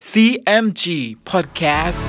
CMG Podcast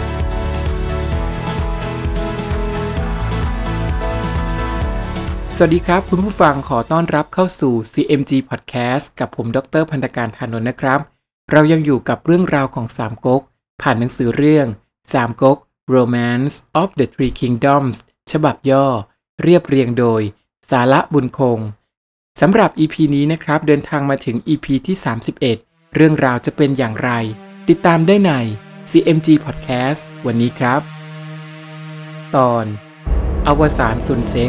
สวัสดีครับคุณผู้ฟังขอต้อนรับเข้าสู่ CMG Podcast กับผมดร.พันธการ ธานนท์นะครับเรายังอยู่กับเรื่องราวของสามก๊กผ่านหนังสือเรื่องสามก๊ก Romance of the Three Kingdoms ฉบับย่อเรียบเรียงโดยสาระบุญคงสำหรับ EP นี้นะครับเดินทางมาถึง EP ที่31เรื่องราวจะเป็นอย่างไรติดตามได้ใน CMG Podcast วันนี้ครับตอนอวสานซุนเซ็ก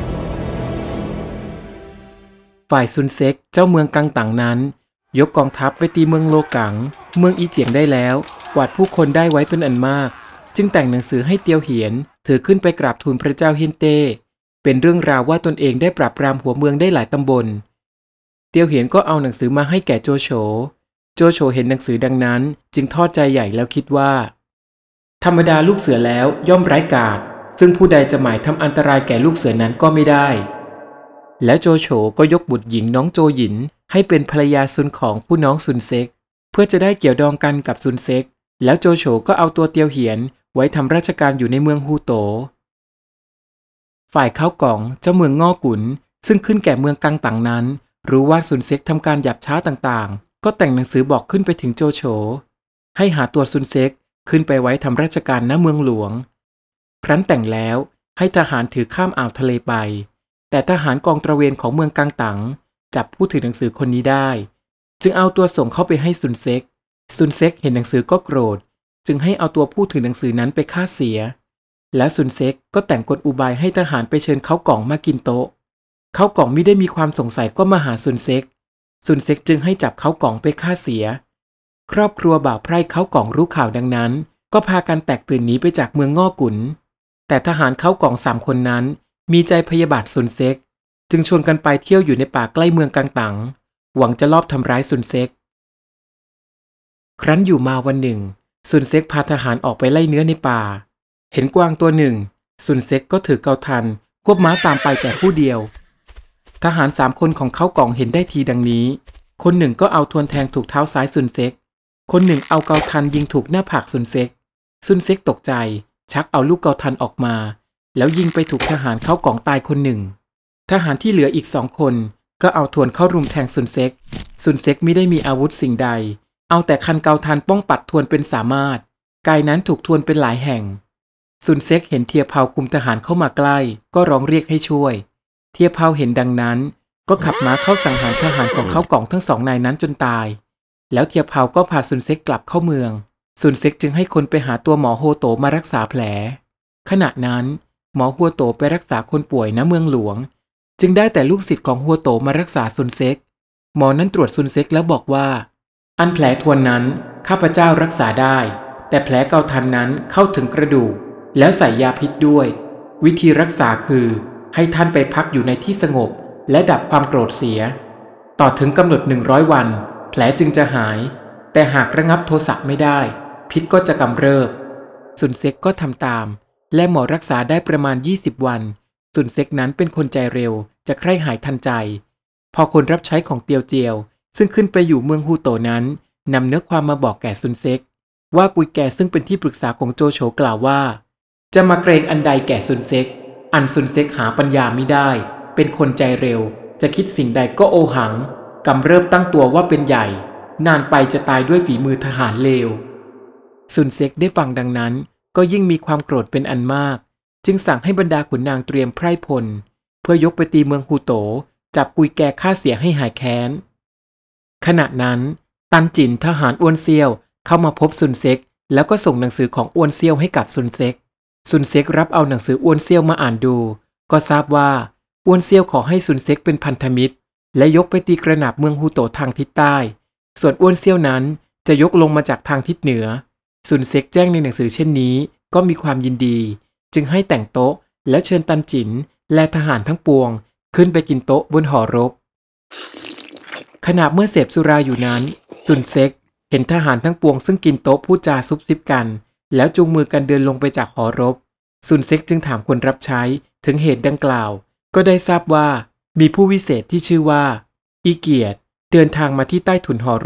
ฝ่ายซุนเซ็กเจ้าเมืองกังตังนั้นยกกองทัพไปตีเมืองโลกังเมืองอีเจียงได้แล้วกวาดผู้คนได้ไว้เป็นอันมากจึงแต่งหนังสือให้เตียวเหียนถือขึ้นไปกราบทูลพระเจ้าเฮียนเต้เป็นเรื่องราวว่าตนเองได้ปราบปรามหัวเมืองได้หลายตำบลเตียวเหียนก็เอาหนังสือมาให้แก่โจโฉเห็นหนังสือดังนั้นจึงทอดใจใหญ่แล้วคิดว่าธรรมดาลูกเสือแล้วย่อมไร้กาจซึ่งผู้ใดจะหมายทำอันตรายแก่ลูกเสือนั้นก็ไม่ได้แล้วโจโฉก็ยกบุตรหญิงน้องโจหยินให้เป็นภรรยาซุนของผู้น้องซุนเซ็กเพื่อจะได้เกี่ยวดองกันกับซุนเซ็กแล้วโจโฉก็เอาตัวเตียวเหียนไว้ทำราชการอยู่ในเมืองฮูโตฝ่ายข้าวกล่องเจ้าเมืองง่อกุนซึ่งขึ้นแก่เมืองกังตังนั้นรู้ว่าซุนเซ็กทำการหยาบช้าต่างๆก็แต่งหนังสือบอกขึ้นไปถึงโจโฉให้หาตัวซุนเซ็กขึ้นไปไว้ทำราชการณเมืองหลวงครั้นแต่งแล้วให้ทหารถือข้ามอ่าวทะเลไปแต่ทหารกองตระเวนของเมืองกังตังจับผู้ถือหนังสือคนนี้ได้จึงเอาตัวส่งเข้าไปให้ซุนเซ็กเห็นหนังสือก็โกรธจึงให้เอาตัวผู้ถือหนังสือนั้นไปฆ่าเสียและซุนเซ็กก็แต่งกลอุบายให้ทหารไปเชิญเขากล่องมากินโต๊ะเขากล่องมิได้มีความสงสัยก็มาหาซุนเซ็กจึงให้จับเขากล่องไปฆ่าเสียครอบครัวบ่าวไพร่เขากล่องรู้ข่าวดังนั้นก็พากันแตกตื่นหนีไปจากเมืองง่อกุนแต่ทหารเขากล่อง3 คนนั้นมีใจพยาบาทซุนเซ็กจึงชวนกันไปเที่ยวอยู่ในป่าใกล้เมืองกังตังหวังจะลอบทำร้ายซุนเซ็กครั้นอยู่มาวันหนึ่งซุนเซ็กพาทหารออกไปไล่เนื้อในป่าเห็นกวางตัวหนึ่งซุนเซ็กก็ถือเกาทันควบม้าตามไปแต่ผู้เดียวทหาร3 คนของเขากล่องเห็นได้ทีดังนี้คนหนึ่งก็เอาทวนแทงถูกเท้าซ้ายซุนเซ็กคนหนึ่งเอาเกาทันยิงถูกหน้าผากซุนเซ็กตกใจชักเอาลูกเกาทันออกมาแล้วยิงไปถูกทหารเข้ากล่องตายคนหนึ่งทหารที่เหลืออีก2 คนก็เอาทวนเข้ารุมแทงซุนเซ็กไม่ได้มีอาวุธสิ่งใดเอาแต่คันเกาทันป้องปัดทวนเป็นสามารถกายนั้นถูกทวนเป็นหลายแห่งซุนเซ็กเห็นเทียเผาคุมทหารเข้ามาใกล้ก็ร้องเรียกให้ช่วยเทียเผาเห็นดังนั้นก็ขับม้าเข้าสังหารทหารของเขากล่องทั้ง2 นายนั้นจนตายแล้วเทียเผาก็พาซุนเซ็กกลับเข้าเมืองซุนเซ็กจึงให้คนไปหาตัวหมอโฮโตมารักษาแผลขณะนั้นหมอฮัวโตไปรักษาคนป่วยณเมืองหลวงจึงได้แต่ลูกศิษย์ของฮัวโตมารักษาซุนเซ็กหมอนั้นตรวจซุนเซ็กแล้วบอกว่าอันแผลทวนนั้นข้าพเจ้ารักษาได้แต่แผลเกาทันนั้นเข้าถึงกระดูกแล้วใส่ยาพิษด้วยวิธีรักษาคือให้ท่านไปพักอยู่ในที่สงบและดับความโกรธเสียต่อถึงกำหนด100 วันแผลจึงจะหายแต่หากระงับโทสะไม่ได้พิษก็จะกำเริบซุนเซ็กก็ทำตามและหมอรักษาได้ประมาณ20 วันซุนเซ็กนั้นเป็นคนใจเร็วจะใคร่หายทันใจพอคนรับใช้ของเตียวเจียวซึ่งขึ้นไปอยู่เมืองฮูโตนั้นนำเนื้อความมาบอกแก่ซุนเซ็กว่ากุยแก่ซึ่งเป็นที่ปรึกษาของโจโฉกล่าวว่าจะมาเกรงอันใดแก่ซุนเซ็กอันซุนเซ็กหาปัญญาไม่ได้เป็นคนใจเร็วจะคิดสิ่งใดก็โอหังกำเริบตั้งตัวว่าเป็นใหญ่นานไปจะตายด้วยฝีมือทหารเลวซุนเซ็กได้ฟังดังนั้นก็ยิ่งมีความโกรธเป็นอันมากจึงสั่งให้บรรดาขุนนางเตรียมไพร่พลเพื่อยกไปตีเมืองฮูโตจับกุยแกฆ่าเสียให้หายแค้นขณะนั้นตันจินทหารอ้วนเซียวเข้ามาพบซุนเซ็กแล้วก็ส่งหนังสือของอ้วนเซียวให้กับซุนเซ็กรับเอาหนังสืออ้วนเซียวมาอ่านดูก็ทราบว่าอ้วนเซียวขอให้ซุนเซ็กเป็นพันธมิตรและยกไปตีกระหนาบเมืองฮูโตทางทิศใต้ส่วนอ้วนเซียวนั้นจะยกลงมาจากทางทิศเหนือซุนเซ็กแจ้งในหนังสือเช่นนี้ก็มีความยินดีจึงให้แต่งโต๊ะแล้วเชิญตันจินและทหารทั้งปวงขึ้นไปกินโต๊ะบนหอรบขณะเมื่อเสพสุราอยู่นั้นซุนเซ็กเห็นทหารทั้งปวงซึ่งกินโต๊ะพูดจาซุบซิบกันแล้วจูงมือกันเดินลงไปจากหอรบซุนเซ็กจึงถามคนรับใช้ถึงเหตุดังกล่าวก็ได้ทราบว่ามีผู้วิเศษที่ชื่อว่าอีเกียรติเดินทางมาที่ใต้ถุนหอรบ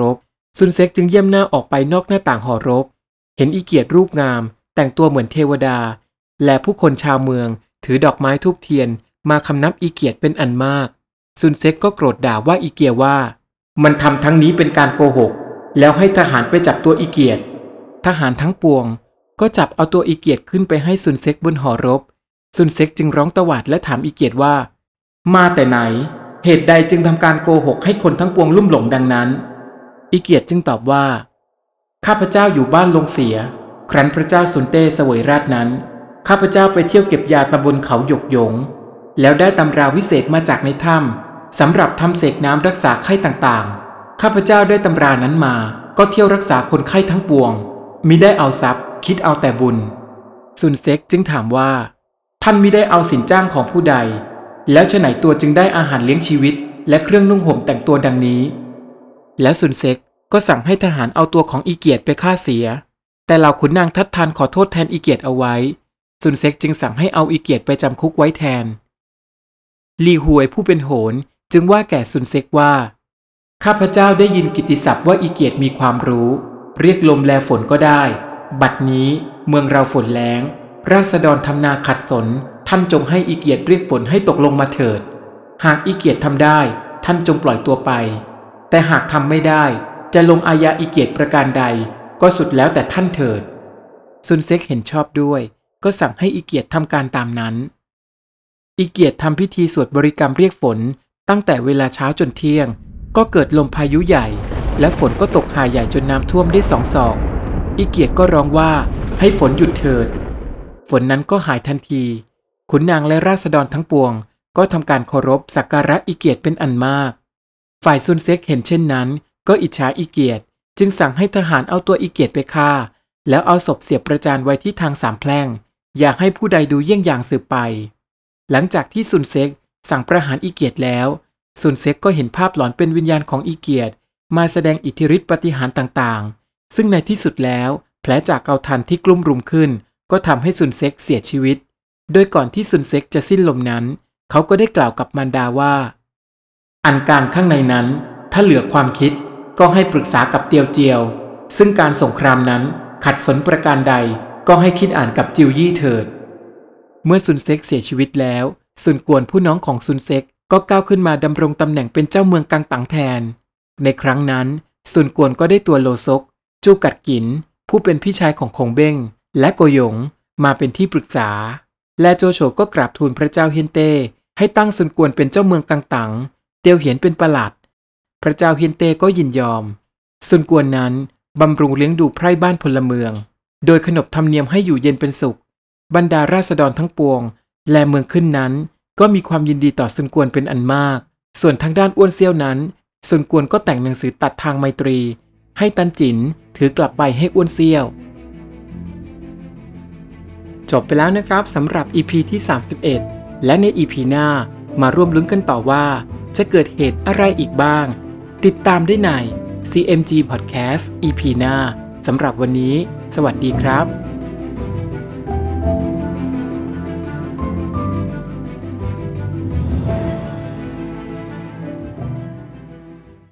ซุนเซ็กจึงเยี่ยมหน้าออกไปนอกหน้าต่างหอรบเห็นอีเกียรติรูปงามแต่งตัวเหมือนเทวดาและผู้คนชาวเมืองถือดอกไม้ธูปเทียนมาคำนับอีเกียรติเป็นอันมากซุนเซ็กก็โกรธด่าว่าอีเกียว่ามันทำทั้งนี้เป็นการโกหกแล้วให้ทหารไปจับตัวอีเกียรติทหารทั้งปวงก็จับเอาตัวอีเกียรติขึ้นไปให้ซุนเซ็กบนหอรบซุนเซ็กจึงร้องตวาดและถามอีเกียรติว่ามาแต่ไหนเหตุใดจึงทำการโกหกให้คนทั้งปวงลุ่มหลงดังนั้นอีเกียรติจึงตอบว่าข้าพเจ้าอยู่บ้านลงเสียครั้นพระเจ้าซุนเต้เสวยราชนั้นข้าพเจ้าไปเที่ยวเก็บยาตำบลเขาหยกหยงแล้วได้ตำราวิเศษมาจากในถ้ำสำหรับทำเสกน้ำรักษาไข้ต่างๆข้าพเจ้าได้ตำรานั้นมาก็เที่ยวรักษาคนไข้ทั้งปวงมิได้เอาทรัพย์คิดเอาแต่บุญซุนเซ็กจึงถามว่าท่านมิได้เอาสินจ้างของผู้ใดแล้วฉะไหนตัวจึงได้อาหารเลี้ยงชีวิตและเครื่องนุ่งห่มแต่งตัวดังนี้แล้วซุนเซ็กก็สั่งให้ทหารเอาตัวของอีเกียรติไปฆ่าเสียแต่เหล่าขุนนางทัดทานขอโทษแทนอีเกียรติเอาไว้ซุนเซ็กจึงสั่งให้เอาอีเกียรติไปจำคุกไว้แทนลีฮวยผู้เป็นโหรจึงว่าแก่ซุนเซ็กว่าข้าพเจ้าได้ยินกิตติศัพท์ว่าอีเกียรติมีความรู้เรียกลมแลฝนก็ได้บัดนี้เมืองเราฝนแล้งราษฎรทำนาขัดสนท่านจงให้อีเกียรติเรียกฝนให้ตกลงมาเถิดหากอีเกียรติทำได้ท่านจงปล่อยตัวไปแต่หากทำไม่ได้จะลงอาญาอีเกียรติประการใดก็สุดแล้วแต่ท่านเถิดซุนเซ็กเห็นชอบด้วยก็สั่งให้อีเกียรติทำการตามนั้นอีเกียรติทำพิธีสวดบริกรรมเรียกฝนตั้งแต่เวลาเช้าจนเที่ยงก็เกิดลมพายุใหญ่และฝนก็ตกหาใหญ่จนน้ำท่วมได้2 ศอกอีเกียรติก็ร้องว่าให้ฝนหยุดเถิดฝนนั้นก็หายทันทีขุนนางและราษฎรทั้งปวงก็ทำการเคารพสักการะอีเกียรติเป็นอันมากฝ่ายซุนเซ็กเห็นเช่นนั้นก็อิจฉาอีเกียรติจึงสั่งให้ทหารเอาตัวอีเกียรติไปฆ่าแล้วเอาศพเสียบประจานไว้ที่ทาง3 แพร่งอยากให้ผู้ใดดูเยี่ยงอย่างสืบไปหลังจากที่ซุนเซ็กสั่งประหารอีเกียรติแล้วซุนเซ็กก็เห็นภาพหลอนเป็นวิญญาณของอีเกียรติมาแสดงอิทธิฤทธิปาฏิหาริย์ต่างๆซึ่งในที่สุดแล้วแผลจากเกาทันที่กลุ่มรุมขึ้นก็ทำให้ซุนเซ็กเสียชีวิตโดยก่อนที่ซุนเซ็กจะสิ้นลมนั้นเขาก็ได้กล่าวกับมารดาว่าอันการข้างในนั้นถ้าเหลือความคิดก็ให้ปรึกษากับเตียวเจียวซึ่งการสงครามนั้นขัดสนประการใดก็ให้คิดอ่านกับจิวยี่เถิดเมื่อซุนเซ็กเสียชีวิตแล้วซุนกวนผู้น้องของซุนเซ็กก็ก้าวขึ้นมาดำรงตำแหน่งเป็นเจ้าเมืองกังตังแทนในครั้งนั้นซุนกวนก็ได้ตัวโลซกจูกัดกินผู้เป็นพี่ชายของคงเบ้งและโกหยงมาเป็นที่ปรึกษาและโจโฉก็กราบทูลพระเจ้าเฮียนเต้ให้ตั้งซุนกวนเป็นเจ้าเมืองกังตังเตียวเหียนเป็นประหลัดพระเจ้าเฮียนเต้ก็ยินยอมซุนกวนนั้นบำรุงเลี้ยงดูไพร่บ้านพลเมืองโดยขนบธรรมเนียมให้อยู่เย็นเป็นสุขบรรดาราษฎรทั้งปวงและเมืองขึ้นนั้นก็มีความยินดีต่อซุนกวนเป็นอันมากส่วนทางด้านอ้วนเซี่ยวนั้นซุนกวนก็แต่งหนังสือตัดทางไมตรีให้ตันจินถือกลับไปให้อ้วนเซี่ยวจบไปแล้วนะครับสำหรับ EP ที่31และใน EP หน้ามาร่วมลุ้นกันต่อว่าจะเกิดเหตุอะไรอีกบ้างติดตามได้ใน CMG Podcast EP หน้าสำหรับวันนี้สวัสดีครับ